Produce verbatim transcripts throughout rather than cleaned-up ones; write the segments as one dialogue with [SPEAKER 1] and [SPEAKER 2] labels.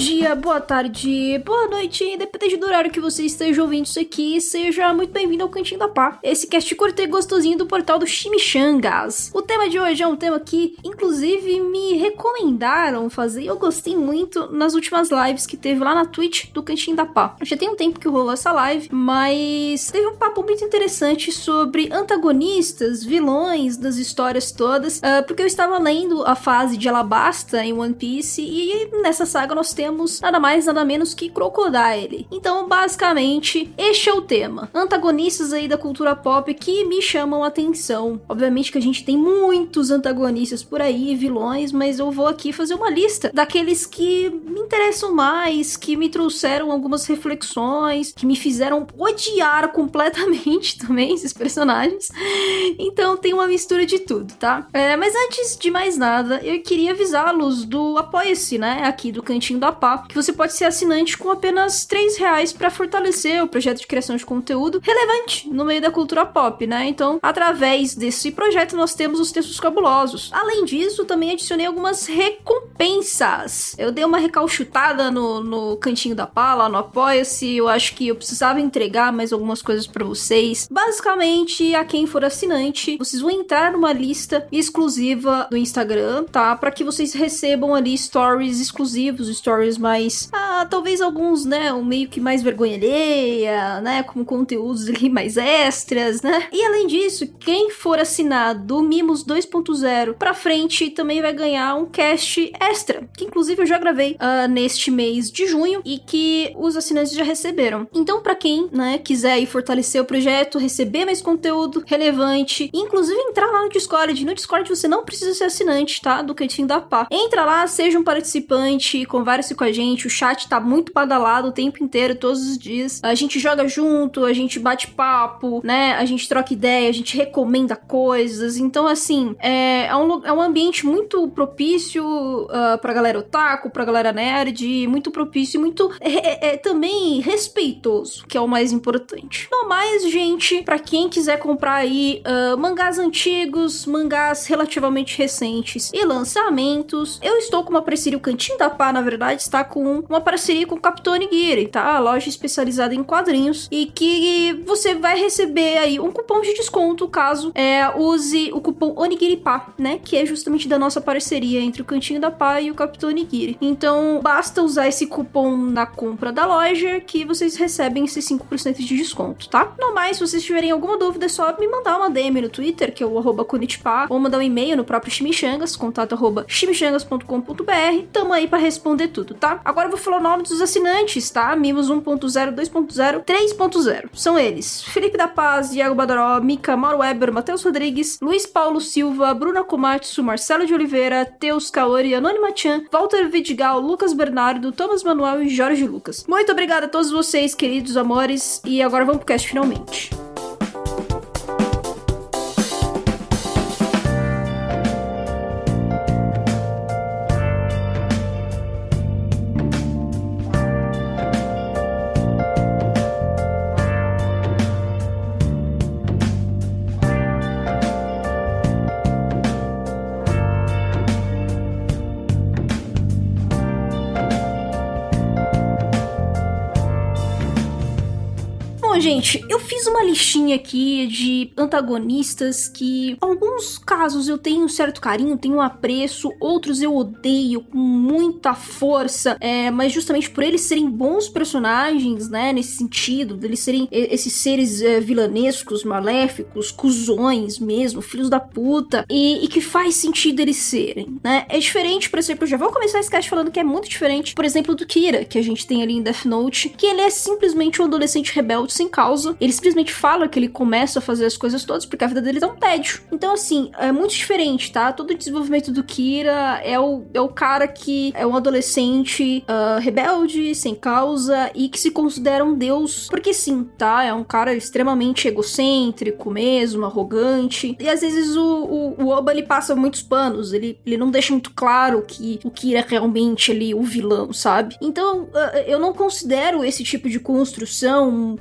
[SPEAKER 1] dia, boa tarde, boa noite, independente do horário que você esteja ouvindo isso aqui, seja muito bem-vindo ao Cantinho da Pá, esse cast curto e gostosinho do portal do Chimichangas. O tema de hoje é um tema que, inclusive, me recomendaram fazer e eu gostei muito nas últimas lives que teve lá na Twitch do Cantinho da Pá. Já tem um tempo que rolou essa live, mas teve um papo muito interessante sobre antagonistas, vilões das histórias todas, uh, porque eu estava lendo a fase de Alabasta em One Piece e nessa saga nós temos nada mais, nada menos que Crocodile. Então, basicamente, este é o tema. Antagonistas aí da cultura pop que me chamam a atenção. Obviamente que a gente tem muitos antagonistas por aí, vilões, mas eu vou aqui fazer uma lista daqueles que me interessam mais, que me trouxeram algumas reflexões, que me fizeram odiar completamente também esses personagens. Então, tem uma mistura de tudo, tá? É, mas antes de mais nada, eu queria avisá-los do Apoia-se, né? Aqui do Cantinho da Pá, que você pode ser assinante com apenas três reais para fortalecer o projeto de criação de conteúdo relevante no meio da cultura pop, né? Então, através desse projeto, nós temos os textos cabulosos. Além disso, também adicionei algumas recompensas. Eu dei uma recalchutada no, no Cantinho da Pá, lá no Apoia-se. Eu acho que eu precisava entregar mais algumas coisas para vocês. Basicamente, a quem for assinante, vocês vão entrar numa lista exclusiva do Instagram, tá? Para que vocês recebam ali stories exclusivos, stories mais, ah, talvez alguns, né, um meio que mais vergonha alheia, né, como conteúdos ali mais extras, né, e além disso, quem for assinar do Mimos dois ponto zero pra frente também vai ganhar um cast extra, que inclusive eu já gravei uh, neste mês de junho e que os assinantes já receberam. Então, pra quem, né, quiser ir fortalecer o projeto, receber mais conteúdo relevante, inclusive entrar lá no Discord, no Discord você não precisa ser assinante, tá, do Cantinho da Pá. Entra lá, seja um participante, converse com a gente, o chat tá muito badalado o tempo inteiro, todos os dias. A gente joga junto, a gente bate papo, né? A gente troca ideia, a gente recomenda coisas. Então, assim, é, é, um, é um ambiente muito propício uh, pra galera otaku, pra galera nerd, muito propício e muito é, é, também respeitoso, que é o mais importante. No mais, gente, pra quem quiser comprar aí uh, mangás antigos, mangás relativamente recentes e lançamentos, eu estou com uma parceria, o Cantinho da Pá, na verdade, está com uma parceria com o Capitão Onigiri, tá? A loja especializada em quadrinhos e que você vai receber aí um cupom de desconto caso é, use o cupom ONIGIRIPÁ, né? Que é justamente da nossa parceria entre o Cantinho da Pá e o Capitão Onigiri. Então, basta usar esse cupom na compra da loja que vocês recebem esses cinco por cento de desconto, tá? No mais, se vocês tiverem alguma dúvida, é só me mandar uma D M no Twitter, que é o arroba kunitpá, ou mandar um e-mail no próprio Chimichangas, contato arroba chimichangas ponto com ponto b r. Tamo aí pra responder tudo, tá? Agora eu vou falar o nome dos assinantes, tá? Mimos um ponto zero, dois ponto zero, três ponto zero. São eles: Felipe da Paz, Diego Badaró, Mika, Mauro Weber, Matheus Rodrigues, Luiz Paulo Silva, Bruna Komatsu, Marcelo de Oliveira, Teus Kaori, Anônima Chan, Walter Vidigal, Lucas Bernardo, Thomas Manuel e Jorge Lucas. Muito obrigada a todos vocês, queridos amores, e agora vamos pro cast finalmente. Gente, eu fiz uma listinha aqui de antagonistas que, alguns casos eu tenho um certo carinho, tenho um apreço, outros eu odeio com muita força, é, mas justamente por eles serem bons personagens, né, nesse sentido, deles serem esses seres é, vilanescos, maléficos, cuzões mesmo, filhos da puta, e, e que faz sentido eles serem, né? É diferente, por exemplo, eu já vou começar esse cast falando que é muito diferente, por exemplo, do Kira, que a gente tem ali em Death Note, que ele é simplesmente um adolescente rebelde sem causa. Ele simplesmente fala que ele começa a fazer as coisas todas porque a vida dele tá um tédio. Então, assim, é muito diferente, tá? Todo o desenvolvimento do Kira é o, é o cara que é um adolescente uh, rebelde, sem causa e que se considera um deus porque sim, tá? É um cara extremamente egocêntrico mesmo, arrogante. E às vezes o, o, o Oba, ele passa muitos panos. Ele, ele não deixa muito claro que o Kira é realmente ali o vilão, sabe? Então, uh, eu não considero esse tipo de construção coisas que me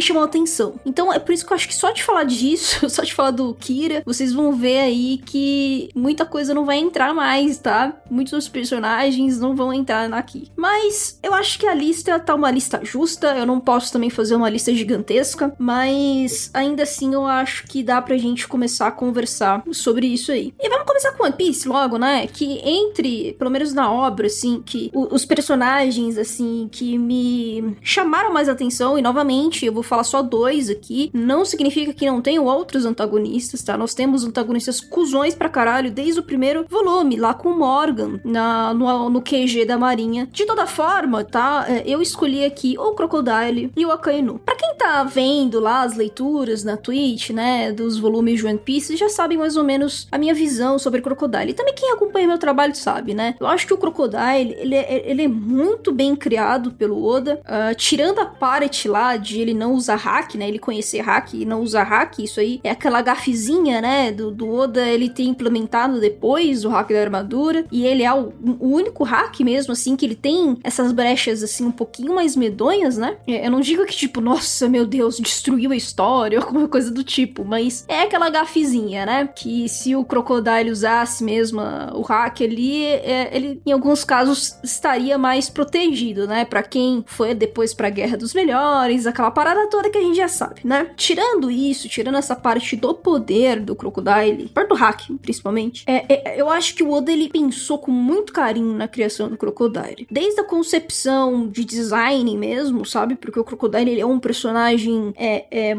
[SPEAKER 1] chamou a atenção. Então é por isso que eu acho que só de falar disso, só de falar do Kira, vocês vão ver aí que muita coisa não vai entrar mais, tá? Muitos dos personagens não vão entrar aqui. Mas eu acho que a lista tá uma lista justa, eu não posso também fazer uma lista gigantesca, mas ainda assim eu acho que dá pra gente começar a conversar sobre isso aí. E vamos começar com One Piece logo, né? Que entre, pelo menos na obra, assim, que o, os personagens, assim, que me chamaram mais atenção, e novamente, eu vou falar só dois aqui, não significa que não tenham outros antagonistas, tá? Nós temos antagonistas cuzões pra caralho desde o primeiro volume, lá com o Morgan, na, no, no Q G da Marinha. De toda forma, tá? Eu escolhi aqui o Crocodile e o Akainu. Pra quem tá vendo lá as leituras na Twitch, né, dos volumes de One Piece, já sabem mais ou menos a minha visão sobre o Crocodile. E também quem acompanha meu trabalho sabe, né? Eu acho que o Crocodile, ele é, ele é muito bem criado pelo Oda, uh, tirando a parte lá de ele não usar hack, né, ele conhecer hack e não usar hack, isso aí é aquela gafezinha, né, do, do Oda, ele ter implementado depois o hack da armadura, e ele é o, o único hack mesmo, assim, que ele tem essas brechas, assim, um pouquinho mais medonhas, né? Eu não digo que, tipo, nossa, meu Deus, destruiu a história, ou alguma coisa do tipo, mas é aquela gafezinha, né, que se o Crocodile usasse mesmo o hack ali, é, ele, em alguns casos, estaria mais protegido, né, pra quem foi depois pra Guerra dos Melhores, aquela parada toda que a gente já sabe, né? Tirando isso, tirando essa parte do poder do Crocodile, parte do hack, principalmente, é, é, eu acho que o Oda, ele pensou com muito carinho na criação do Crocodile. Desde a concepção de design mesmo, sabe? Porque o Crocodile, ele é um personagem é, é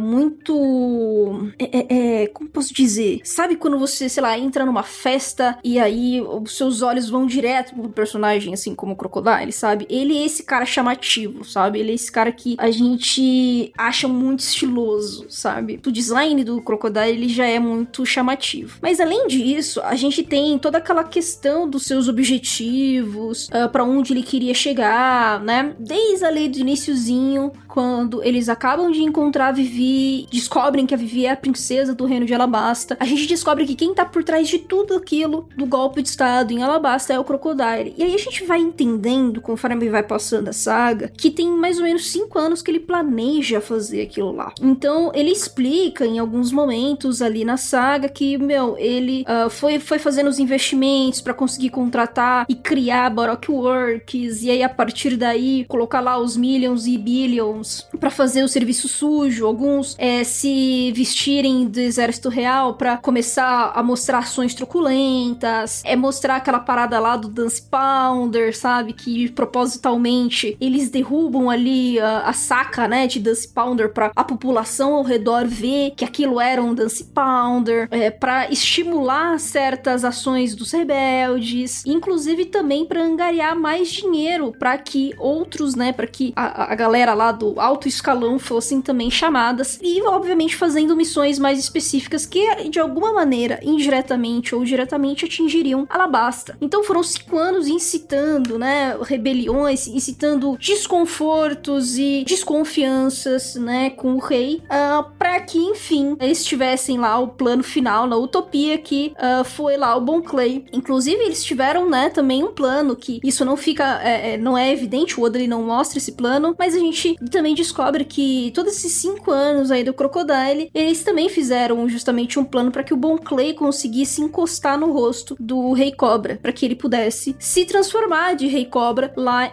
[SPEAKER 1] muito... É, é, é, como posso dizer? Sabe quando você, sei lá, entra numa festa e aí os seus olhos vão direto pro personagem, assim, como o Crocodile, sabe? Ele é esse cara chamativo, sabe? Ele é esse cara que a gente acha muito estiloso, sabe? O design do Crocodile, ele já é muito chamativo. Mas além disso, a gente tem toda aquela questão dos seus objetivos, uh, pra onde ele queria chegar, né? Desde ali do iniciozinho, quando eles acabam de encontrar a Vivi, descobrem que a Vivi é a princesa do reino de Alabasta, a gente descobre que quem tá por trás de tudo aquilo, do golpe de estado em Alabasta, é o Crocodile. E aí a gente vai entendendo, conforme vai passando a saga, que tem mais ou menos cinco anos que ele planeja fazer aquilo lá. Então, ele explica em alguns momentos ali na saga que, meu, ele uh, foi, foi fazendo os investimentos pra conseguir contratar e criar Baroque Works, e aí a partir daí colocar lá os millions e billions pra fazer o serviço sujo, alguns é, se vestirem do exército real pra começar a mostrar ações truculentas, é mostrar aquela parada lá do Dance Pounder, sabe, que propositalmente eles derrubam ali a, a saca, né, de Dance Pounder pra a população ao redor ver que aquilo era um Dance Pounder, é, pra estimular certas ações dos rebeldes, inclusive também pra angariar mais dinheiro pra que outros, né, pra que a, a galera lá do alto escalão fossem também chamadas, e obviamente fazendo missões mais específicas que de alguma maneira, indiretamente ou diretamente, atingiriam Alabasta. Então foram cinco anos incitando, né, rebeliões, incitando desconfortos e desconfianças, né, com o rei, uh, pra que, enfim, eles tivessem lá o plano final na utopia, que uh, foi lá o Bon Clay. Inclusive, eles tiveram, né, também um plano, que isso não fica, é, é, não é evidente, o Oda ele não mostra esse plano, mas a gente também descobre que todos esses cinco anos aí do Crocodile, eles também fizeram justamente um plano para que o Bon Clay conseguisse encostar no rosto do Rei Cobra, para que ele pudesse se transformar de Rei Cobra lá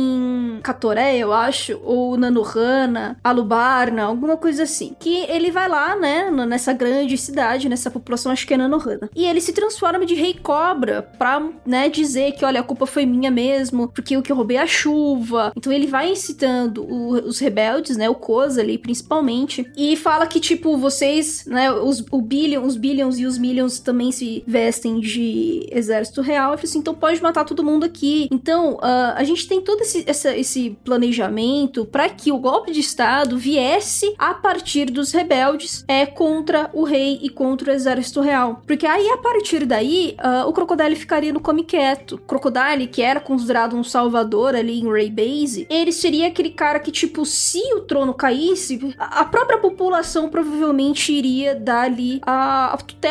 [SPEAKER 1] em Catoré, eu acho, ou Nanohana, Alubarna, alguma coisa assim. Que ele vai lá, né, nessa grande cidade, nessa população, acho que é Nanohana, e ele se transforma de Rei Cobra pra, né, dizer que, olha, a culpa foi minha mesmo, porque eu que eu roubei a chuva. Então ele vai incitando o, os rebeldes, né, o Koza ali, principalmente, e fala que, tipo, vocês, né, os, o Billion, os Billions e os Millions também se vestem de exército real, assim, então pode matar todo mundo aqui. Então, uh, a gente tem todo esse, essa, esse planejamento para que o golpe de estado viesse a partir dos rebeldes é, contra o rei e contra o exército real. Porque aí, a partir daí, uh, o Crocodile ficaria no come quieto. O Crocodile, que era considerado um salvador ali em Ray Base, ele seria aquele cara que, tipo, se o trono caísse, a própria população provavelmente iria dar ali a, a tutela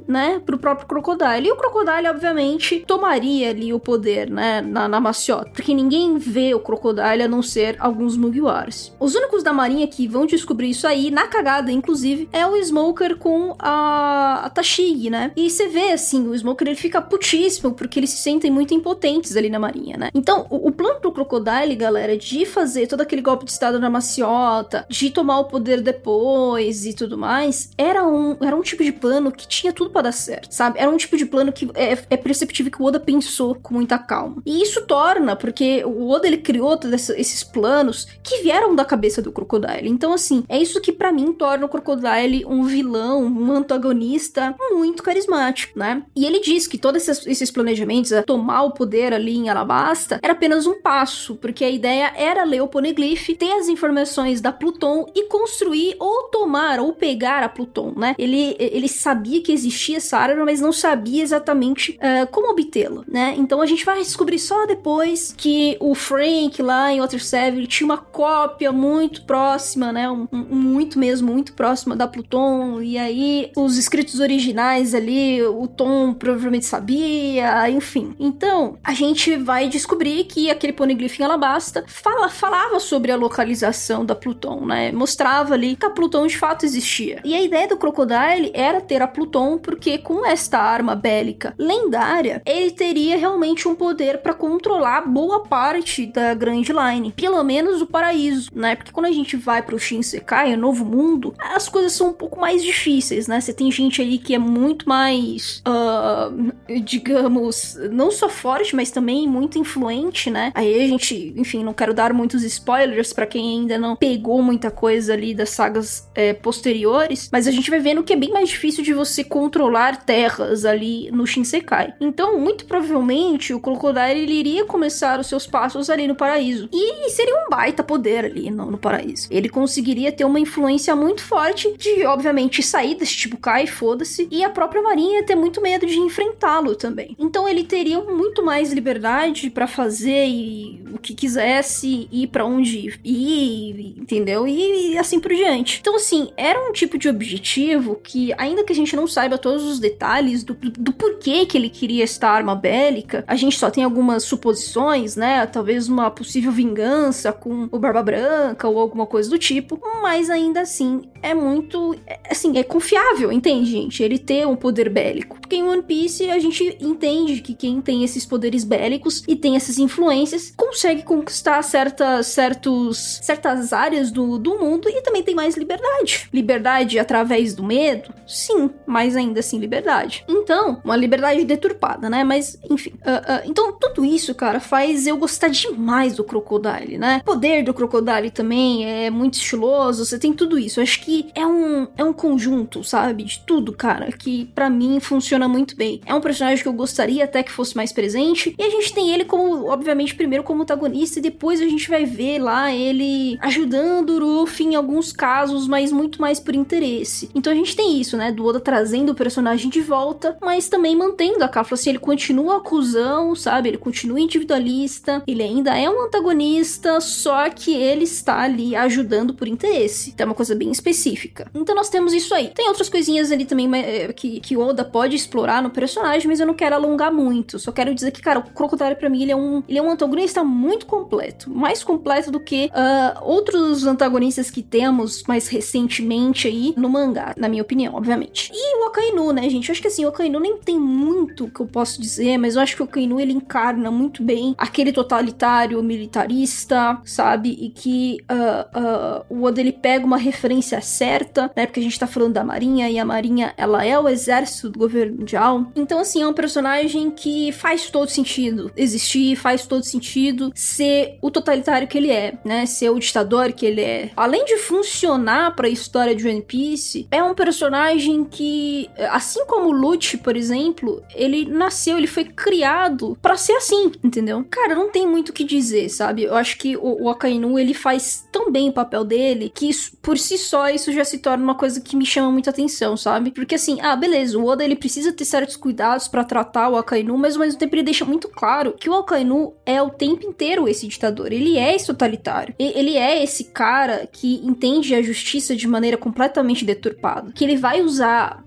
[SPEAKER 1] né, pro próprio Crocodile. E o Crocodile, obviamente, tomaria ali o poder, né, na, na maciota, porque ninguém vê o Crocodile a não ser alguns Mugiwaras. Os únicos da marinha que vão descobrir isso aí, na cagada, inclusive, é o Smoker com a, a Tashigi, né? E você vê, assim, o Smoker, ele fica putíssimo, porque eles se sentem muito impotentes ali na marinha, né? Então, o, o plano pro Crocodile, galera, de fazer todo aquele golpe de estado na maciota, de tomar o poder depois e tudo mais, era um, era um tipo de plano que tinha tudo pra dar certo, sabe? Era um tipo de plano que é, é perceptível que o Oda pensou com muita calma. E isso torna, porque o Oda, ele criou todos esses planos que vieram da cabeça do Crocodile. Então, assim, é isso que pra mim torna o Crocodile um vilão, um antagonista muito carismático, né? E ele diz que todos esses, esses planejamentos, a tomar o poder ali em Alabasta, era apenas um passo, porque a ideia era ler o Poneglyph, ter as informações da Pluton e construir ou tomar ou pegar a Pluton, né? Ele, ele sabia que existia essa arma, mas não sabia exatamente uh, como obtê-la, né? Então a gente vai descobrir só depois que o Frank lá em Water seven tinha uma cópia muito próxima, né? Um, um, muito mesmo, muito próxima da Pluton, e aí os escritos originais ali, o Tom provavelmente sabia, enfim. Então, a gente vai descobrir que aquele Poneglyph em Alabasta fala, falava sobre a localização da Pluton, né? Mostrava ali que a Pluton de fato existia. E a ideia do Crocodile era ter a Pluton, porque com esta arma bélica lendária, ele teria realmente um poder para controlar boa parte da Grand Line, pelo menos o paraíso, né? Porque quando a gente vai pro Shinsekai, o Novo Mundo, as coisas são um pouco mais difíceis, né? Você tem gente ali que é muito mais, uh, digamos, não só forte, mas também muito influente, né? Aí a gente, enfim, não quero dar muitos spoilers pra quem ainda não pegou muita coisa ali das sagas é, posteriores, mas a gente vai vendo que é bem mais difícil de você controlar terras ali no Shinsekai. Então, muito provavelmente, o Crocodile, ele iria começar os seus passos ali no paraíso. E seria um baita poder ali no, no paraíso. Ele conseguiria ter uma influência muito forte de, obviamente, sair desse tipo Kai, foda-se, e a própria marinha ter muito medo de enfrentá-lo também. Então, ele teria muito mais liberdade pra fazer e, o que quisesse, ir pra onde ir, entendeu? E, e assim por diante. Então, assim, era um tipo de objetivo que, ainda que a gente não saiba todos os detalhes do, do, do porquê que ele queria esta arma bélica, a gente só tem algumas suposições, né? Talvez uma possível vingança com o Barba Branca ou alguma coisa do tipo, mas ainda assim é muito, é, assim, é confiável, entende, gente? Ele ter um poder bélico. Porque em One Piece a gente entende que quem tem esses poderes bélicos e tem essas influências consegue conquistar certas, certos, certas áreas do, do mundo e também tem mais liberdade. Liberdade através do medo? Sim, mas ainda assim liberdade. Então, uma liberdade deturpada, né? Mas, enfim. Uh, uh, então, tudo isso, cara, faz eu gostar demais do Crocodile, né? O poder do Crocodile também é muito estiloso, você tem tudo isso. Eu acho que é um, é um conjunto, sabe? De tudo, cara, que pra mim funciona muito bem. É um personagem que eu gostaria até que fosse mais presente, e a gente tem ele como, obviamente, primeiro como protagonista, e depois a gente vai ver lá ele ajudando o Ruffy em alguns casos, mas muito mais por interesse. Então a gente tem isso, né? Do Oda trazendo o personagem de volta, mas também mantendo a capa, assim, ele continua cuzão, sabe? Ele continua individualista, ele ainda é um antagonista, só que ele está ali ajudando por interesse. Então é uma coisa bem específica. Então nós temos isso aí. Tem outras coisinhas ali também que, que Oda pode explorar no personagem, mas eu não quero alongar muito. Só quero dizer que, cara, o Crocodile pra mim, ele é um, ele é um antagonista muito completo. Mais completo do que uh, outros antagonistas que temos mais recentemente aí no mangá, na minha opinião, obviamente. E o Akainu, né, gente? Eu acho que assim, o Akainu nem tem muito que eu posso dizer, mas eu acho que o Akainu, ele encarna muito bem aquele totalitário militarista, sabe? E que uh, uh, o Oda, ele pega uma referência certa, né? Porque a gente tá falando da Marinha, e a Marinha, ela é o exército do governo mundial. Então, assim, é um personagem que faz todo sentido existir, faz todo sentido ser o totalitário que ele é, né? Ser o ditador que ele é. Além de funcionar pra história de One Piece, é um personagem que, assim como o Lute, por exemplo, ele nasceu, ele foi criado pra ser assim, entendeu? Cara, não tem muito o que dizer, sabe? Eu acho que o, o Akainu, ele faz tão bem o papel dele, que isso, por si só, isso já se torna uma coisa que me chama muita atenção, sabe? Porque assim, ah, beleza, o Oda, ele precisa ter certos cuidados pra tratar o Akainu, mas ao mesmo tempo ele deixa muito claro que o Akainu é o tempo inteiro esse ditador, ele é esse totalitário, ele é esse cara que entende a justiça de maneira completamente deturpada, que ele vai usar maneiras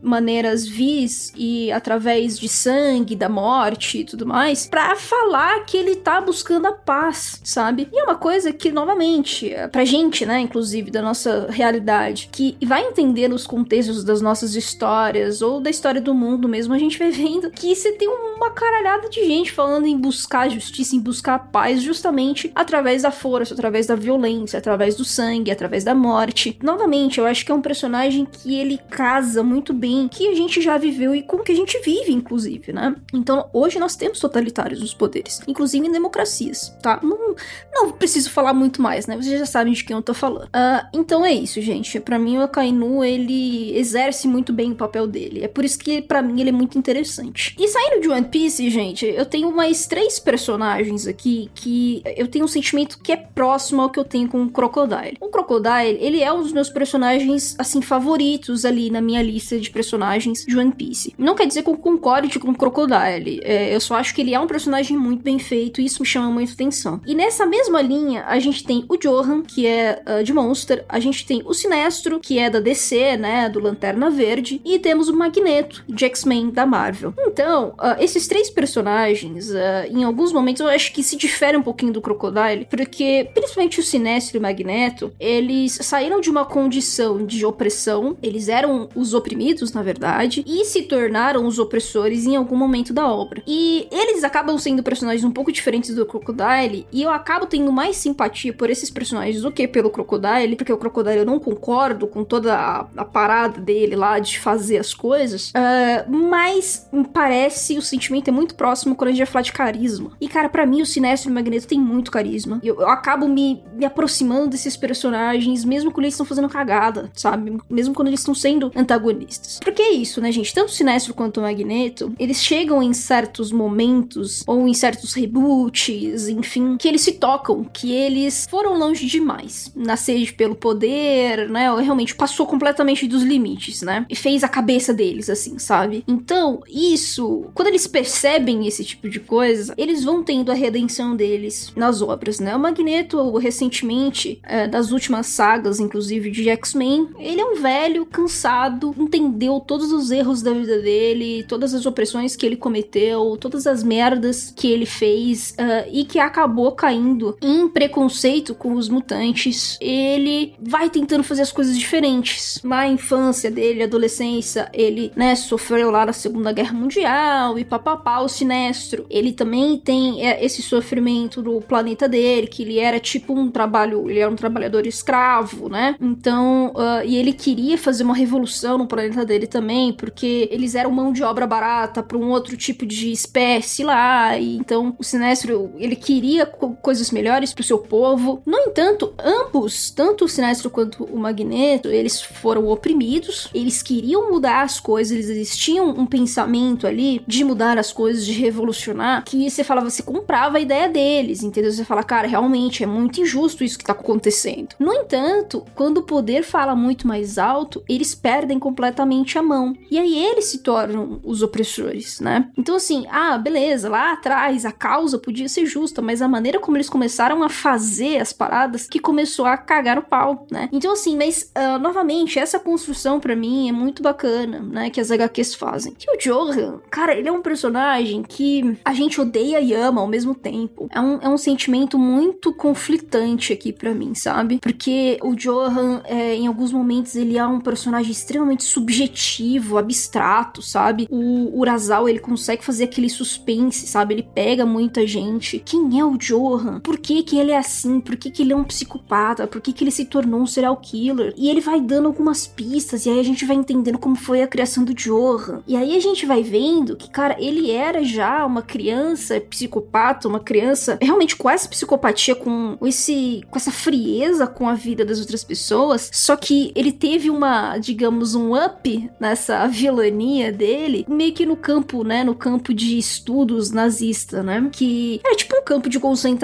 [SPEAKER 1] vias vis e através de sangue, da morte e tudo mais, pra falar que ele tá buscando a paz, sabe? E é uma coisa que, novamente, pra gente, né, inclusive, da nossa realidade, que vai entender os contextos das nossas histórias, ou da história do mundo mesmo, a gente vai vendo que você tem uma caralhada de gente falando em buscar justiça, em buscar a paz, justamente através da força, através da violência, através do sangue, através da morte. Novamente, eu acho que é um personagem que ele casa muito bem que a gente já viveu e com o que a gente vive, inclusive, né? Então, hoje nós temos totalitários nos poderes, inclusive em democracias, tá? Não, não preciso falar muito mais, né? Vocês já sabem de quem eu tô falando. Uh, então é isso, gente. Pra mim, o Akainu, ele exerce muito bem o papel dele. É por isso que, pra mim, ele é muito interessante. E saindo de One Piece, gente, eu tenho mais três personagens aqui que eu tenho um sentimento que é próximo ao que eu tenho com o Crocodile. O Crocodile, ele é um dos meus personagens, assim, favoritos ali na minha lista de personagens de One Piece. Não quer dizer que eu concorde com o Crocodile. É, eu só acho que ele é um personagem muito bem feito e isso me chama muito atenção. E nessa mesma linha, a gente tem o Johan, que é uh, de Monster, a gente tem o Sinestro, que é da D C, né, do Lanterna Verde, e temos o Magneto, de X-Men, da Marvel. Então, uh, esses três personagens, uh, em alguns momentos, eu acho que se diferem um pouquinho do Crocodile, porque, principalmente o Sinestro e o Magneto, eles saíram de uma condição de opressão, eles eram os oprimidos, na verdade, e se tornaram os opressores em algum momento da obra. E eles acabam sendo personagens um pouco diferentes do Crocodile, e eu acabo tendo mais simpatia por esses personagens do que pelo Crocodile, porque o Crocodile eu não concordo com toda a, a parada dele lá de fazer as coisas, uh, mas me parece, o sentimento é muito próximo quando a gente vai falar de carisma. E cara, pra mim o Sinestro e o Magneto tem muito carisma. Eu, eu acabo me, me aproximando desses personagens, mesmo quando eles estão fazendo cagada, sabe? Mesmo quando eles estão sendo antagonistas. Porque é isso, né, gente? Tanto o Sinestro quanto o Magneto, eles chegam em certos momentos, ou em certos reboots, enfim, que eles se tocam, que eles foram longe demais. Na sede pelo poder, né? Ou realmente passou completamente dos limites, né? E fez a cabeça deles, assim, sabe? Então, isso, quando eles percebem esse tipo de coisa, eles vão tendo a redenção deles nas obras, né? O Magneto, recentemente, é, das últimas sagas, inclusive, de X-Men, ele é um velho, cansado, entendeu todos os erros da vida dele, todas as opressões que ele cometeu, todas as merdas que ele fez, uh, e que acabou caindo em preconceito com os mutantes. Ele vai tentando fazer as coisas diferentes. Na infância dele, adolescência, ele, né, sofreu lá na Segunda Guerra Mundial e papapá, o Sinestro. Ele também tem é, esse sofrimento do planeta dele, que ele era tipo um trabalho, ele era um trabalhador escravo, né? Então, uh, e ele queria fazer uma revolução no planeta dele também, porque eles eram mão de obra barata para um outro tipo de espécie lá, e então o Sinestro, ele queria co- coisas melhores pro seu povo. No entanto, ambos, tanto o Sinestro quanto o Magneto, eles foram oprimidos, eles queriam mudar as coisas, eles existiam um pensamento ali de mudar as coisas, de revolucionar, que você falava, você comprava a ideia deles, entendeu? Você fala, cara, realmente é muito injusto isso que tá acontecendo. No entanto, quando o poder fala muito mais alto, eles perdem completamente a mão. E aí eles se tornam os opressores, né? Então assim, ah, beleza, lá atrás a causa podia ser justa, mas a maneira como eles começaram a fazer as paradas que começou a cagar o pau, né? Então assim, mas uh, novamente, essa construção pra mim é muito bacana, né? Que as H Qs fazem. Que o Johan, cara, ele é um personagem que a gente odeia e ama ao mesmo tempo. É um, é um sentimento muito conflitante aqui pra mim, sabe? Porque o Johan, é, em alguns momentos, ele é um personagem extremamente subjetivo, abstrato, sabe? O Urasawa, ele consegue fazer aquele suspense, sabe? Ele pega muita gente. Quem é o Johan? Por que que ele é assim? Por que que ele é um psicopata? Por que que ele se tornou um serial killer? E ele vai dando algumas pistas, e aí a gente vai entendendo como foi a criação do Johan. E aí a gente vai vendo que, cara, ele era já uma criança psicopata, uma criança realmente com essa psicopatia, com esse, com essa frieza com a vida das outras pessoas, só que ele teve uma, digamos, um up nessa vilania dele, meio que no campo, né, no campo de estudos nazista, né, que era tipo um campo de concentração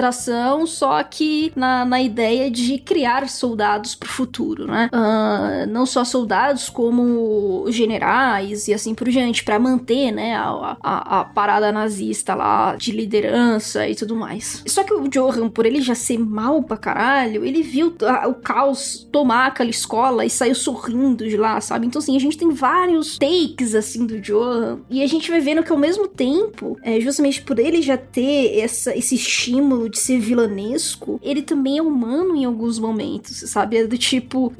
[SPEAKER 1] Revolução, só que na, na ideia de criar soldados pro futuro, né? Uh, não só soldados, como generais e assim por diante, pra manter, né, a, a, a parada nazista lá, de liderança e tudo mais. Só que o Johan, por ele já ser mal pra caralho, ele viu a, o caos tomar aquela escola e saiu sorrindo de lá, sabe? Então, assim, a gente tem vários takes, assim, do Johan, e a gente vai vendo que, ao mesmo tempo, é, justamente por ele já ter essa, esse estímulo de ser vilanesco, ele também é humano em alguns momentos, sabe? É do tipo,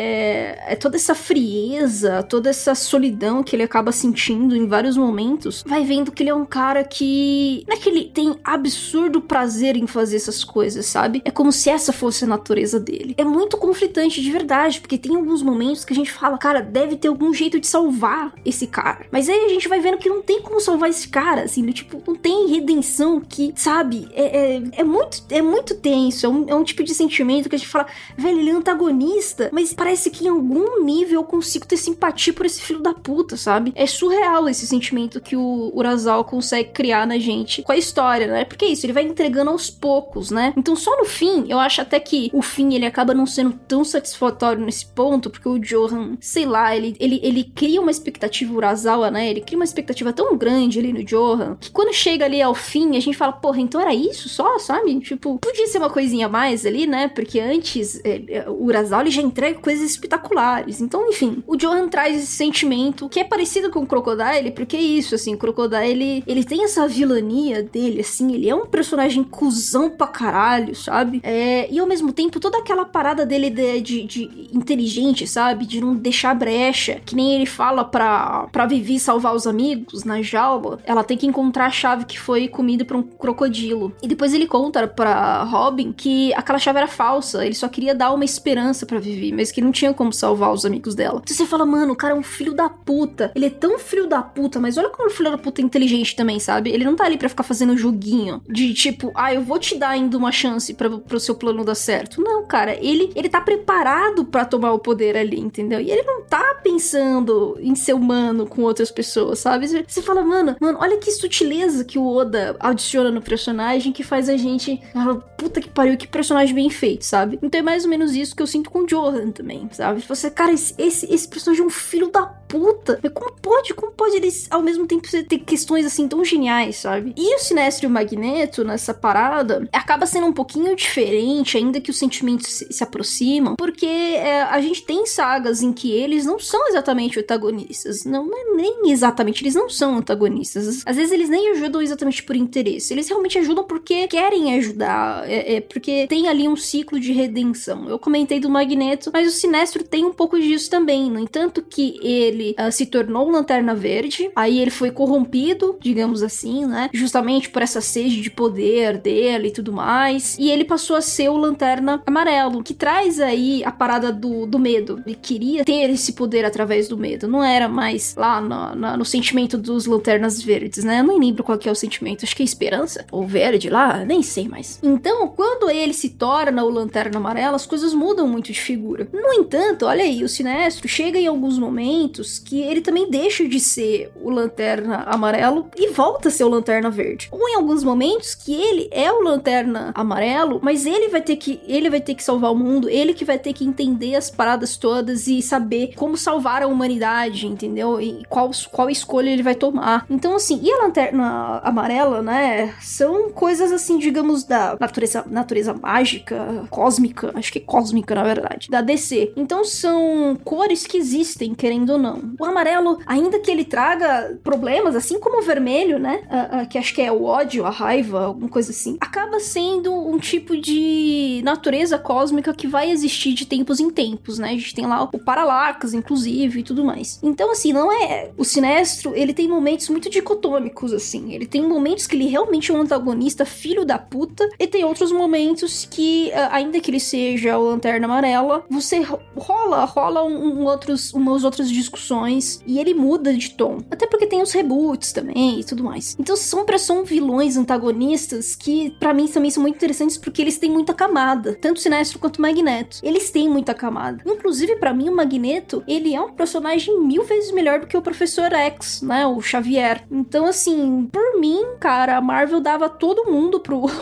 [SPEAKER 1] é, é toda essa frieza, toda essa solidão que ele acaba sentindo em vários momentos, vai vendo que ele é um cara que, não é que ele tem absurdo prazer em fazer essas coisas, sabe? É como se essa fosse a natureza dele. É muito conflitante de verdade, porque tem alguns momentos que a gente fala, cara, deve ter algum jeito de salvar esse cara. Mas aí a gente vai vendo que não tem como salvar esse cara, assim, tipo, não tem redenção que, sabe, é, é, é, muito, é muito tenso, é um, é um tipo de sentimento que a gente fala, velho, ele é antagonista, mas parece que em algum nível eu consigo ter simpatia por esse filho da puta, sabe? É surreal esse sentimento que o Urasawa consegue criar na gente com a história, né? Porque é isso, ele vai entregando aos poucos, né? Então só no fim, eu acho até que o fim, ele acaba não sendo tão satisfatório nesse ponto, porque o Johan, sei lá, ele, ele, ele cria uma expectativa, o Urasawa, né? Ele cria uma expectativa tão grande ali no Johan, que quando chega ali ao fim, a gente fala, porra, então era isso só, sabe? Tipo, podia ser uma coisinha a mais ali, né? Porque antes, é, o Urasawa, ele já entrega coisas espetaculares. Então, enfim, o Johan traz esse sentimento que é parecido com o Crocodile, porque é isso, assim, o Crocodile, ele, ele tem essa vilania dele, assim, ele é um personagem cuzão pra caralho, sabe? É, e ao mesmo tempo, toda aquela parada dele de, de, de inteligente, sabe? De não deixar brecha, que nem ele fala pra, pra Vivi salvar os amigos na jaula, ela tem que encontrar a chave que foi comida por um crocodilo. E depois ele conta pra Robin que aquela chave era falsa, ele só queria dar uma esperança pra Vivi, mas que não tinha como salvar os amigos dela. Então você fala, mano, o cara é um filho da puta, ele é tão filho da puta, mas olha como o filho da puta é inteligente também, sabe? Ele não tá ali pra ficar fazendo joguinho de tipo, ah, eu vou te dar ainda uma chance pra, pro seu plano dar certo. Não, cara, ele, ele tá preparado pra tomar o poder ali, entendeu? E ele não tá pensando em ser humano com outras pessoas, sabe? Você fala, mano, mano, olha que sutileza que o Oda adiciona no personagem que faz a gente, ah, puta que pariu, que personagem bem feito, sabe? Então é mais ou menos isso que eu sinto com o Johan também, sabe? Você, cara, esse, esse, esse personagem é um filho da puta. Mas como pode? Como pode ele, ao mesmo tempo, ter questões assim tão geniais, sabe? E o Sinestro e o Magneto, nessa parada, acaba sendo um pouquinho diferente, ainda que os sentimentos se, se aproximam, porque é, a gente tem sagas em que eles não são exatamente antagonistas. Não, não é nem exatamente, eles não são antagonistas. Às vezes eles nem ajudam exatamente por interesse. Eles realmente ajudam porque querem ajudar. É, é porque tem ali um ciclo de redenção. Eu comentei do Magneto, mas o Sinestro tem um pouco disso também. No entanto que ele uh, se tornou Lanterna Verde, aí ele foi corrompido, digamos assim, né? Justamente por essa sede de poder dele e tudo mais. E ele passou a ser o Lanterna Amarelo, que traz aí a parada do, do medo. Ele queria ter esse poder através do medo. Não era mais lá no, no, no sentimento dos Lanternas Verdes, né? Eu nem lembro qual que é o sentimento. Acho que é esperança? Ou verde lá? Nem sei mais. Então, quando ele se torna o Lanterna Amarela, as coisas mudam muito de figura. No entanto, olha aí, o Sinestro chega em alguns momentos que ele também deixa de ser o Lanterna Amarelo e volta a ser o Lanterna Verde. Ou em alguns momentos que ele é o Lanterna Amarelo, mas ele vai ter que, ele vai ter que salvar o mundo, ele que vai ter que entender as paradas todas e saber como salvar a humanidade, entendeu? E qual, qual escolha ele vai tomar. Então, assim, e a Lanterna Amarela, né, são coisas, assim, digamos, da natureza, natureza mágica, cósmica, acho que é cósmica, na verdade, da D C. Então, são cores que existem, querendo ou não. O amarelo, ainda que ele traga problemas, assim como o vermelho, né, uh, uh, que acho que é o ódio, a raiva, alguma coisa assim, acaba sendo um tipo de natureza cósmica que vai existir de tempos em tempos, né? A gente tem lá o Parallax, inclusive, e tudo mais. Então, assim, não é... O Sinestro, ele tem momentos muito dicotômicos, assim. Ele tem momentos que ele realmente é um antagonista filho da puta, e tem outros momentos que, uh, ainda que ele seja o Lanterna Amarela, você rola, rola um, um outros, umas outras discussões, e ele muda de tom. Até porque tem os reboots também, e tudo mais. Então, são, são vilões antagonistas que, pra mim, também são muito interessantes, porque eles têm muita camada. Tanto o Sinestro quanto o Magneto. Eles têm muita camada. Inclusive, pra mim, o Magneto, ele é um personagem mil vezes melhor do que o Professor X, né? O Xavier. Então, assim, por mim, cara, a Marvel dava todo mundo pro, pro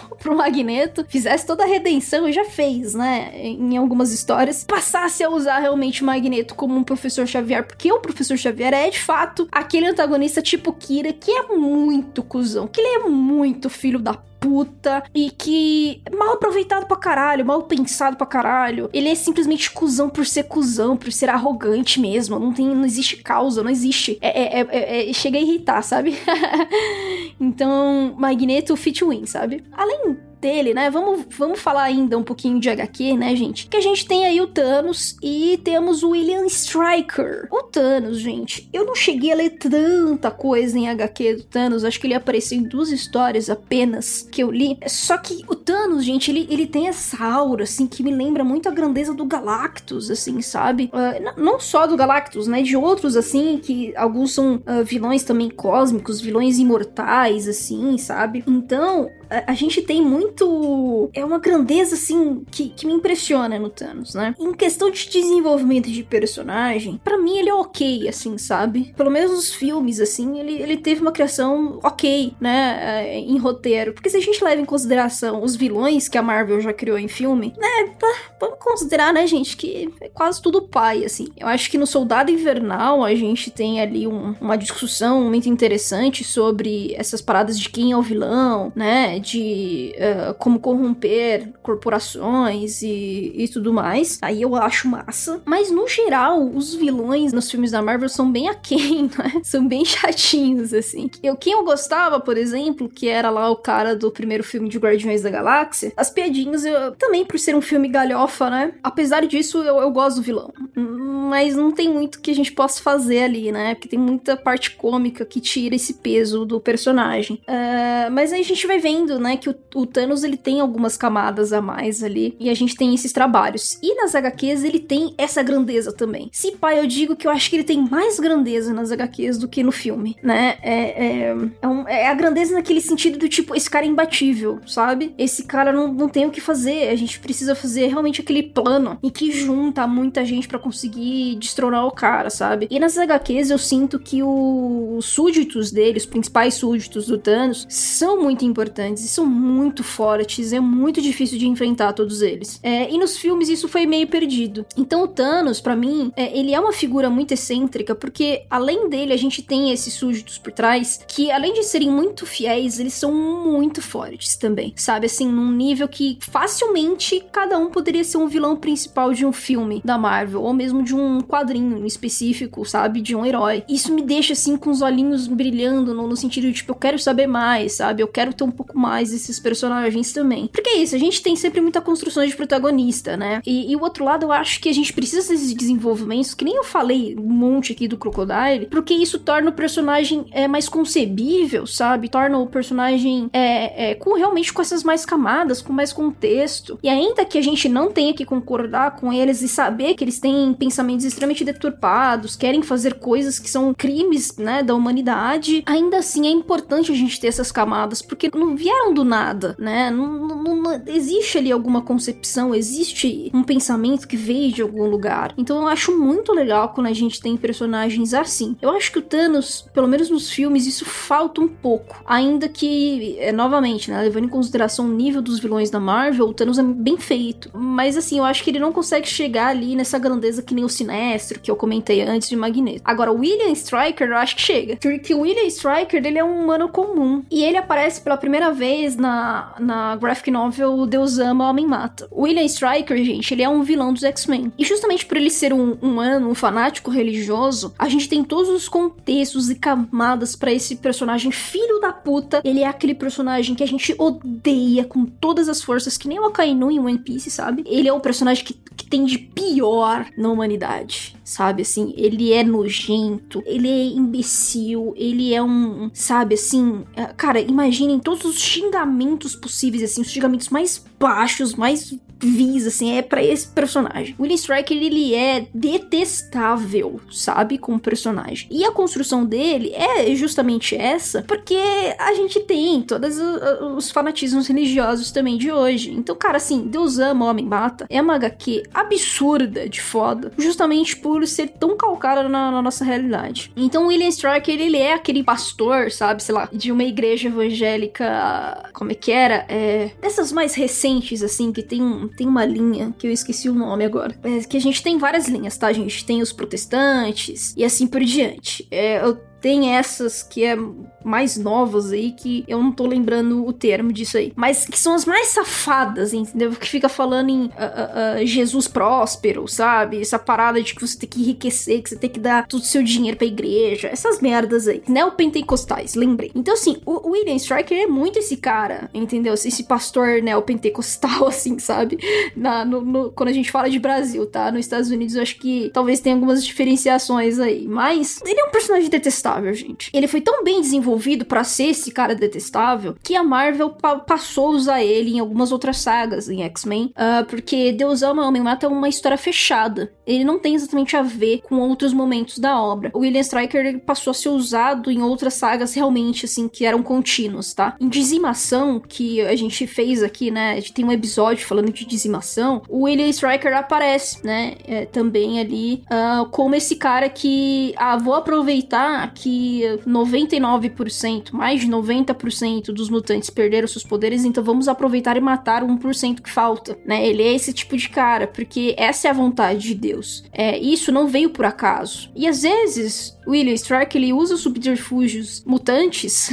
[SPEAKER 1] Magneto, fizesse toda a redenção, e já fez, né, em algumas histórias, passasse a usar realmente o Magneto como um professor Xavier, porque o professor Xavier é, de fato, aquele antagonista tipo Kira, que é muito cuzão, que ele é muito filho da puta, e que é mal aproveitado pra caralho, mal pensado pra caralho. Ele é simplesmente cuzão por ser cuzão, por ser arrogante mesmo. Não tem, não existe causa, não existe. É, é, é, é, chega a irritar, sabe? Então, Magneto fit win, sabe? Além dele, né, vamos, vamos falar ainda um pouquinho de H Q, né, gente? Que a gente tem aí o Thanos e temos o William Stryker. O Thanos, gente, eu não cheguei a ler tanta coisa em H Q do Thanos, acho que ele apareceu em duas histórias apenas que eu li. Só que o Thanos, gente, ele, ele tem essa aura, assim, que me lembra muito a grandeza do Galactus, assim, sabe? Uh, não só do Galactus, né, de outros, assim, que alguns são uh, vilões também cósmicos, vilões imortais, assim, sabe? Então, a, a gente tem muito é uma grandeza, assim, que, que me impressiona no Thanos, né? Em questão de desenvolvimento de personagem, pra mim ele é ok, assim, sabe? Pelo menos nos filmes, assim, ele, ele teve uma criação ok, né? Em roteiro. Porque se a gente leva em consideração os vilões que a Marvel já criou em filme, né? Vamos considerar, né, gente, que é quase tudo pai, assim. Eu acho que no Soldado Invernal a gente tem ali um, uma discussão muito interessante sobre essas paradas de quem é o vilão, né? De... Uh, como corromper corporações e, e tudo mais. Aí eu acho massa. Mas, no geral, os vilões nos filmes da Marvel são bem aquém, né? São bem chatinhos, assim. Eu, quem eu gostava, por exemplo, que era lá o cara do primeiro filme de Guardiões da Galáxia, as piadinhas, eu, também por ser um filme galhofa, né? Apesar disso, eu, eu gosto do vilão. Mas não tem muito que a gente possa fazer ali, né? Porque tem muita parte cômica que tira esse peso do personagem. Uh, mas aí a gente vai vendo, né, que o, o Thanos ele tem algumas camadas a mais ali, e a gente tem esses trabalhos. E nas H Qs ele tem essa grandeza também. Se pá, eu digo que eu acho que ele tem mais grandeza nas H Qs do que no filme, né? É, é, é, um, é a grandeza naquele sentido do tipo, esse cara é imbatível, sabe? Esse cara não, não tem o que fazer, a gente precisa fazer realmente aquele plano em que junta muita gente pra conseguir destronar o cara, sabe? E nas H Qs eu sinto que o, os súditos dele, os principais súditos do Thanos, são muito importantes e são muito fortes, é muito difícil de enfrentar todos eles. É, e nos filmes isso foi meio perdido. Então o Thanos, pra mim, é, ele é uma figura muito excêntrica, porque além dele a gente tem esses súditos por trás, que além de serem muito fiéis, eles são muito fortes também, sabe? Assim, num nível que facilmente cada um poderia ser um vilão principal de um filme da Marvel, ou mesmo de um quadrinho específico, sabe? De um herói. Isso me deixa, assim, com os olhinhos brilhando, no, no sentido de, tipo, eu quero saber mais, sabe? Eu quero ter um pouco mais desses personagens também. Porque é isso, a gente tem sempre muita construção de protagonista, né? E, e o outro lado, eu acho que a gente precisa desses desenvolvimentos, que nem eu falei um monte aqui do Crocodile, porque isso torna o personagem é, mais concebível, sabe? Torna o personagem é, é, com realmente com essas mais camadas, com mais contexto. E ainda que a gente não tenha que concordar com eles e saber que eles têm pensamentos extremamente deturpados, querem fazer coisas que são crimes, né, da humanidade, ainda assim é importante a gente ter essas camadas, porque não vieram do nada, né? Não, não, não existe ali alguma concepção, existe um pensamento que veio de algum lugar. Então eu acho muito legal quando a gente tem personagens assim. Eu acho que o Thanos, pelo menos nos filmes, isso falta um pouco. Ainda que, é, novamente, né, levando em consideração o nível dos vilões da Marvel, o Thanos é bem feito. Mas assim, eu acho que ele não consegue chegar ali nessa grandeza que nem o Sinestro, que eu comentei antes de Magneto. Agora, o William Stryker, eu acho que chega. Porque o William Stryker, ele é um humano comum. E ele aparece pela primeira vez na, na graphic novel Deus Ama, Homem Mata. O William Stryker, gente, ele é um vilão dos X-Men. E justamente por ele ser um humano, um fanático religioso, a gente tem todos os contextos e camadas pra esse personagem filho da puta. Ele é aquele personagem que a gente odeia com todas as forças, que nem o Akainu em One Piece, sabe? Ele é o personagem que, que tem de pior na humanidade, sabe? Assim, ele é nojento, ele é imbecil, ele é um, sabe, assim... Cara, imaginem todos os xingamentos possíveis, assim, os xingamentos mais baixos, mais visa, assim, é pra esse personagem. William Stryker, ele é detestável, sabe, como personagem. E a construção dele é justamente essa, porque a gente tem todos os fanatismos religiosos também de hoje. Então, cara, assim, Deus ama, homem mata, é uma agá quê absurda de foda, justamente por ser tão calcada na, na nossa realidade. Então, William Stryker, ele é aquele pastor, sabe, sei lá, de uma igreja evangélica, como é que era? É, dessas mais recentes, assim, que tem, um, tem uma linha, que eu esqueci o nome agora, é, que a gente tem várias linhas, tá, gente? Tem os protestantes e assim por diante. É, eu Tem essas que é mais novas aí, que eu não tô lembrando o termo disso aí. Mas que são as mais safadas, entendeu? Que fica falando em uh, uh, uh, Jesus próspero, sabe? Essa parada de que você tem que enriquecer, que você tem que dar todo o seu dinheiro pra igreja. Essas merdas aí. Neopentecostais, lembrei. Então, assim, o William Stryker é muito esse cara, entendeu? Esse pastor neopentecostal, assim, sabe? Na, no, no, quando a gente fala de Brasil, tá? Nos Estados Unidos, eu acho que talvez tenha algumas diferenciações aí. Mas ele é um personagem detestável, gente. Ele foi tão bem desenvolvido pra ser esse cara detestável que a Marvel pa- passou a usar ele em algumas outras sagas em X-Men, uh, porque Deus ama, Homem Mata é uma história fechada. Ele não tem exatamente a ver com outros momentos da obra. O William Stryker, ele passou a ser usado em outras sagas realmente, assim, que eram contínuos, tá? Em Dizimação, que a gente fez aqui, né, a gente tem um episódio falando de Dizimação, o William Stryker aparece, né, é, também ali, uh, como esse cara que, ah, vou aproveitar que noventa e nove por cento, mais de noventa por cento dos mutantes perderam seus poderes, então vamos aproveitar e matar o um por cento que falta, né? Ele é esse tipo de cara, porque essa é a vontade de Deus. É, isso não veio por acaso. E às vezes, William Stryker, ele usa os subterfúgios mutantes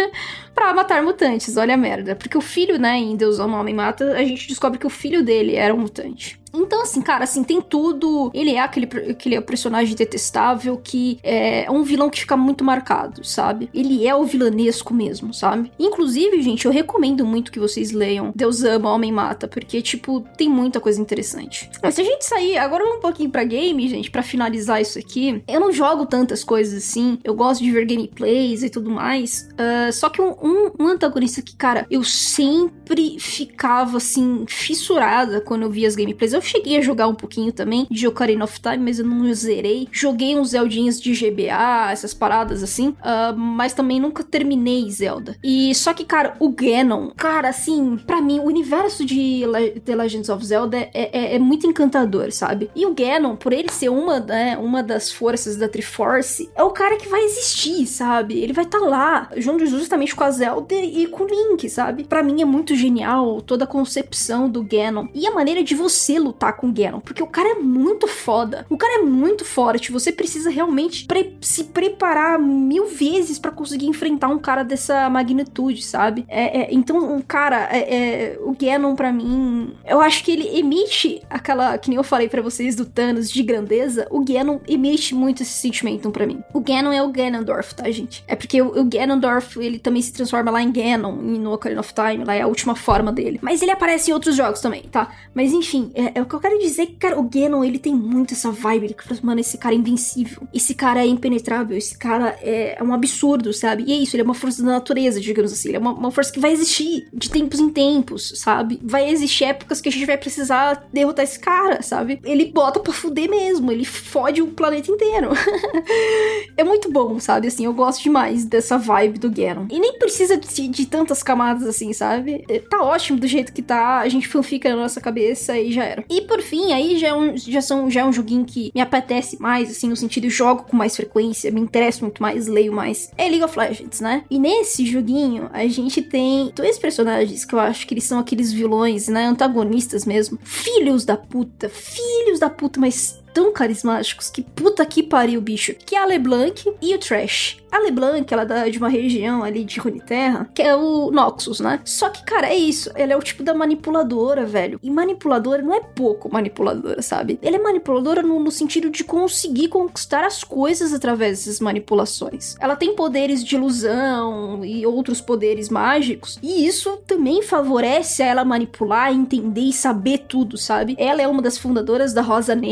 [SPEAKER 1] pra matar mutantes, olha a merda. Porque o filho, né, em Deus ama, Homem Mata, a gente descobre que o filho dele era um mutante. Então, assim, cara, assim, tem tudo. Ele é aquele, aquele personagem detestável que é um vilão que fica muito marcado, sabe? Ele é o vilanesco mesmo, sabe? Inclusive, gente, eu recomendo muito que vocês leiam Deus ama, Homem Mata, porque, tipo, tem muita coisa interessante. Mas se a gente sair, agora um pouquinho pra game, gente, pra finalizar isso aqui, eu não jogo tantas coisas assim, eu gosto de ver gameplays e tudo mais, uh, só que um, um, um antagonista que, cara, eu sempre ficava, assim, fissurada quando eu via as gameplays. Eu cheguei a jogar um pouquinho também de Ocarina of Time, mas eu não zerei. Joguei uns Zeldinhas de G B A, essas paradas assim, uh, mas também nunca terminei Zelda. E só que, cara, o Ganon, cara, assim, pra mim, o universo de Le- The Legends of Zelda é, é, é muito encantador, sabe? E o Ganon, por ele ser uma, né, uma das forças da Triforce, é o cara que vai existir, sabe? Ele vai estar tá lá, junto justamente com a Zelda e com o Link, sabe? Pra mim é muito genial toda a concepção do Ganon e a maneira de você lutar com o Ganon, porque o cara é muito foda, o cara é muito forte, você precisa realmente pre- se preparar mil vezes pra conseguir enfrentar um cara dessa magnitude, sabe? É, é, então, um cara, é, é, o Ganon pra mim, eu acho que ele emite aquela, que nem eu falei pra vocês do Thanos, de grandeza, o Ganon emite muito esse sentimento pra mim. O Ganon é o Ganondorf, tá, gente? É porque o, o Ganondorf, ele também se transforma lá em Ganon, no Ocarina of Time, lá é a última forma dele. Mas ele aparece em outros jogos também, tá? Mas enfim, é, é o que eu quero dizer, que, cara, o Ganon, ele tem muito essa vibe, ele, mano, esse cara é invencível, esse cara é impenetrável, esse cara é, é um absurdo, sabe? E é isso, ele é uma força da natureza, digamos assim, ele é uma, uma força que vai existir de tempos em tempos, sabe? Vai existir épocas que a gente vai precisar derrotar esse cara, sabe? Ele bota pra fuder mesmo, ele fode o planeta inteiro. É muito bom, sabe? Assim, eu gosto demais dessa vibe do Ganon. E nem precisa de, de tantas camadas assim, sabe? Tá ótimo do jeito que tá, a gente fanfica na nossa cabeça e já era. E por fim, aí já é um, já são, já é um joguinho que me apetece mais, assim, no sentido de jogo com mais frequência, me interesso muito mais, leio mais. É League of Legends, né? E nesse joguinho, a gente tem dois personagens que eu acho que eles são aqueles vilões, né? Antagonistas mesmo. Filhos da puta. Filhos da puta, mas tão carismáticos que puta que pariu, bicho. Que é a LeBlanc e o Thresh. A LeBlanc, ela é de uma região ali de Runeterra, que é o Noxus, né? Só que, cara, é isso. Ela é o tipo da manipuladora, velho. E manipuladora não é pouco manipuladora, sabe? Ela é manipuladora no, no sentido de conseguir conquistar as coisas através dessas manipulações. Ela tem poderes de ilusão e outros poderes mágicos. E isso também favorece a ela manipular, entender e saber tudo, sabe? Ela é uma das fundadoras da Rosa Negra,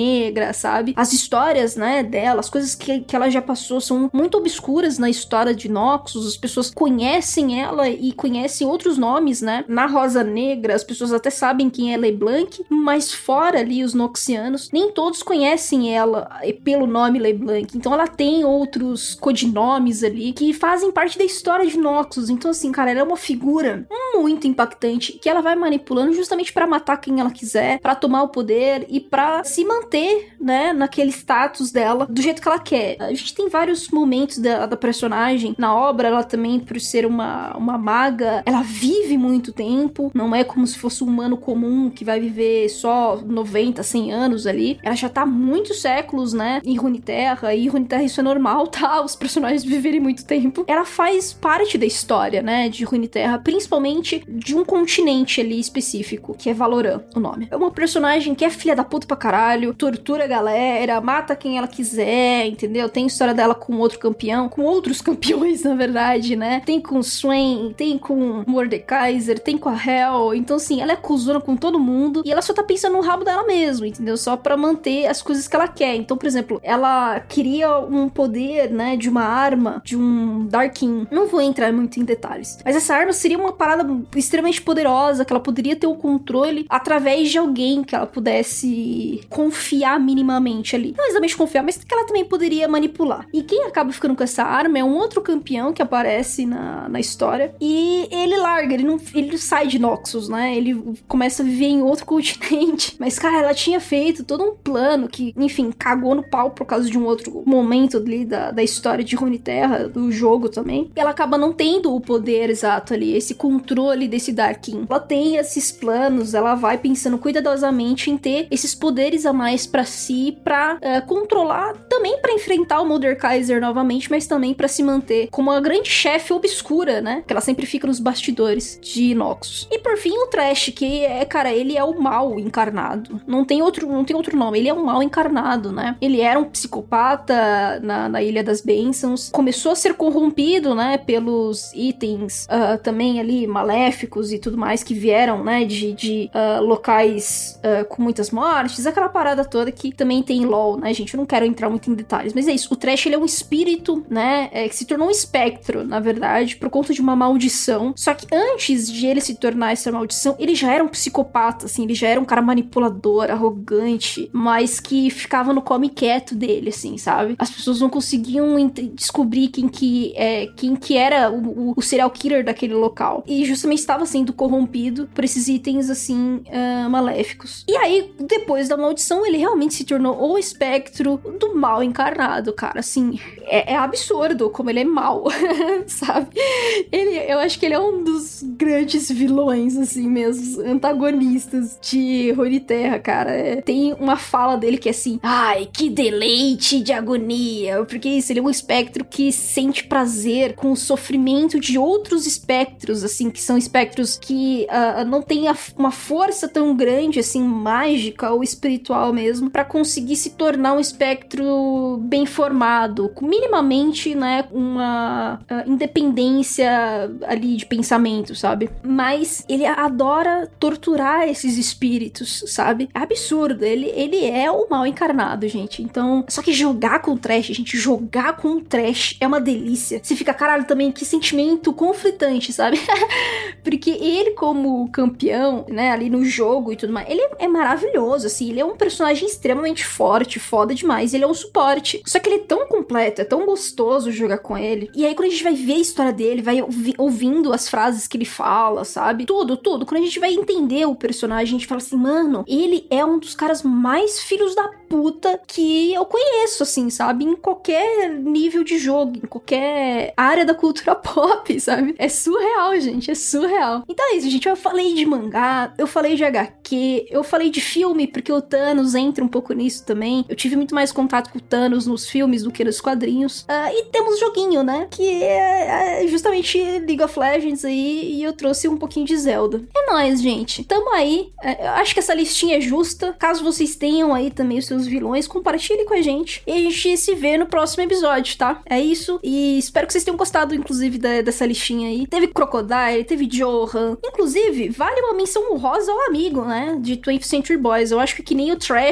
[SPEAKER 1] Terra, sabe? As histórias, né, dela, as coisas que, que ela já passou são muito obscuras na história de Noxus. As pessoas conhecem ela e conhecem outros nomes, né? Na Rosa Negra, as pessoas até sabem quem é LeBlanc, mas fora ali os Noxianos, nem todos conhecem ela pelo nome LeBlanc. Então ela tem outros codinomes ali que fazem parte da história de Noxus. Então assim, cara, ela é uma figura muito impactante que ela vai manipulando justamente pra matar quem ela quiser, pra tomar o poder e pra se manter, né, naquele status dela do jeito que ela quer. A gente tem vários momentos da, da personagem na obra. Ela também, por ser uma, uma maga, ela vive muito tempo, não é como se fosse um humano comum que vai viver só noventa, cem anos ali. Ela já tá há muitos séculos, né, em Runeterra, e Runeterra isso é normal, tá? Os personagens viverem muito tempo. Ela faz parte da história, né, de Runeterra, principalmente de um continente ali específico, que é Valoran, o nome. É uma personagem que é filha da puta pra caralho, tortura a galera, mata quem ela quiser, entendeu? Tem história dela com outro campeão, com outros campeões, na verdade, né? Tem com Swain, tem com Mordekaiser, tem com a Hel. Então, assim, ela é cuzona com todo mundo e ela só tá pensando no rabo dela mesmo, entendeu? Só pra manter as coisas que ela quer. Então, por exemplo, ela queria um poder, né, de uma arma, de um Darkin. Não vou entrar muito em detalhes, mas essa arma seria uma parada extremamente poderosa, que ela poderia ter o controle através de alguém que ela pudesse confiar minimamente ali. Não exatamente confiar, mas que ela também poderia manipular. E quem acaba ficando com essa arma é um outro campeão que aparece na, na história. E ele larga, ele não, ele sai de Noxus, né? Ele começa a viver em outro continente. Mas, cara, ela tinha feito todo um plano que, enfim, cagou no pau por causa de um outro momento ali da, da história de Runeterra, do jogo também. E ela acaba não tendo o poder exato ali, esse controle desse Darkin. Ela tem esses planos, ela vai pensando cuidadosamente em ter esses poderes a mais pra si, pra uh, controlar, também pra enfrentar o Mordekaiser novamente, mas também pra se manter como a grande chefe obscura, né? Que ela sempre fica nos bastidores de Noxus. E por fim, o Thresh, que é, cara, ele é o mal encarnado. Não tem outro, não tem outro nome, ele é o mal encarnado, né? Ele era um psicopata na, na Ilha das Bênçãos, começou a ser corrompido, né, pelos itens uh, também ali maléficos e tudo mais que vieram, né, de, de uh, locais uh, com muitas mortes, aquela parada toda que também tem LoL, né, gente? Eu não quero entrar muito em detalhes, mas é isso. O Thresh, ele é um espírito, né, é, que se tornou um espectro, na verdade, por conta de uma maldição. Só que antes de ele se tornar essa maldição, ele já era um psicopata, assim, ele já era um cara manipulador, arrogante, mas que ficava no come quieto dele, assim, sabe? As pessoas não conseguiam descobrir quem que, é, quem que era o, o, o serial killer daquele local. E justamente estava sendo corrompido por esses itens, assim, uh, maléficos. E aí, depois da maldição, ele realmente se tornou o espectro do mal encarnado, cara. Assim, é, é absurdo como ele é mal, sabe? Ele, eu acho que ele é um dos grandes vilões, assim mesmo, antagonistas de Runeterra, cara. É, tem uma fala dele que é assim: ai, que deleite de agonia. Porque isso, ele é um espectro que sente prazer com o sofrimento de outros espectros, assim, que são espectros que uh, não têm a, uma força tão grande, assim, mágica ou espiritual mesmo, pra conseguir se tornar um espectro bem formado, com minimamente, né, uma uh, independência ali de pensamento, sabe? Mas ele adora torturar esses espíritos, sabe? É absurdo, ele, ele é o mal encarnado, gente. Então, só que jogar com o Thresh, gente, jogar com o Thresh é uma delícia. Você fica, caralho, também que sentimento conflitante, sabe? Porque ele, como campeão, né, ali no jogo e tudo mais, ele é maravilhoso, assim, ele é um personagem extremamente forte, foda demais, ele é um suporte. Só que ele é tão completo, é tão gostoso jogar com ele. E aí, quando a gente vai ver a história dele, vai ouvi- ouvindo as frases que ele fala, sabe? Tudo, tudo. Quando a gente vai entender o personagem, a gente fala assim, mano, ele é um dos caras mais filhos da puta que eu conheço, assim, sabe? Em qualquer nível de jogo, em qualquer área da cultura pop, sabe? É surreal, gente, é surreal. Então é isso, gente. Eu falei de mangá, eu falei de H Q, eu falei de filme, porque o Thanos entra um pouco nisso também. Eu tive muito mais contato com o Thanos nos filmes do que nos quadrinhos. Uh, e temos joguinho, né? Que é, é justamente League of Legends aí, e eu trouxe um pouquinho de Zelda. É nóis, gente. Tamo aí. É, eu acho que essa listinha é justa. Caso vocês tenham aí também os seus vilões, compartilhe com a gente. E a gente se vê no próximo episódio, tá? É isso. E espero que vocês tenham gostado, inclusive, da, dessa listinha aí. Teve Crocodile, teve Johan. Inclusive, vale uma menção honrosa ao amigo, né? De twentieth Century Boys. Eu acho que que nem o Thresh, assim,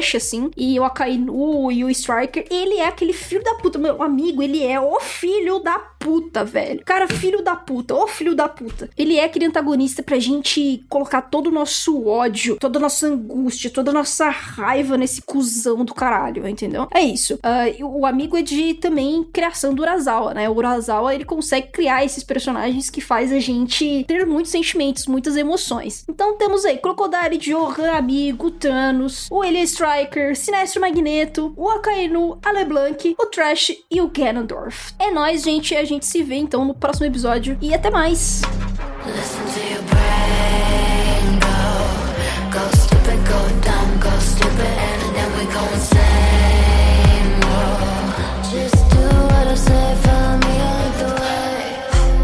[SPEAKER 1] assim, e o Akainu e o Striker, ele é aquele filho da puta, meu amigo, ele é o filho da puta, velho. Cara, filho da puta, o filho da puta. Ele é aquele antagonista pra gente colocar todo o nosso ódio, toda a nossa angústia, toda a nossa raiva nesse cuzão do caralho, entendeu? É isso. Uh, o amigo é de também criação do Urasawa, né? O Urasawa, ele consegue criar esses personagens que faz a gente ter muitos sentimentos, muitas emoções. Então temos aí Crocodile, Johan, Amigo, Thanos, o Alien Striker, Sinestro Magneto, o Akainu, a LeBlanc, o Trash e o Ganondorf. É nóis, gente. A gente se vê então no próximo episódio e até mais!
[SPEAKER 2] Listen to your brain go, go stupid, go dumb, go stupid, and then we go insane. Whoa. Just do what I say, follow me all the way.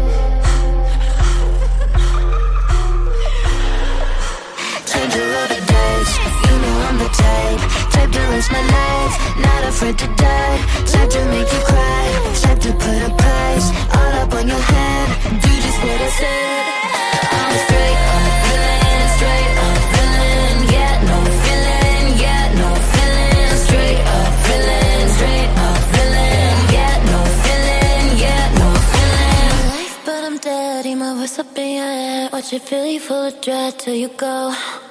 [SPEAKER 2] Change your road of days, you know I'm the type, type to rinse my life, not afraid to die, type to make you cry, type to put a price, all up on your head, do just what I said. I'm straight up feeling, straight up feeling, yeah, no feeling, yeah, no feeling, straight up feeling, straight up feeling, yeah, no feeling, yeah, no feeling. Life, but I'm dead, my voice up in your head, watch it fill you full of dread till you go.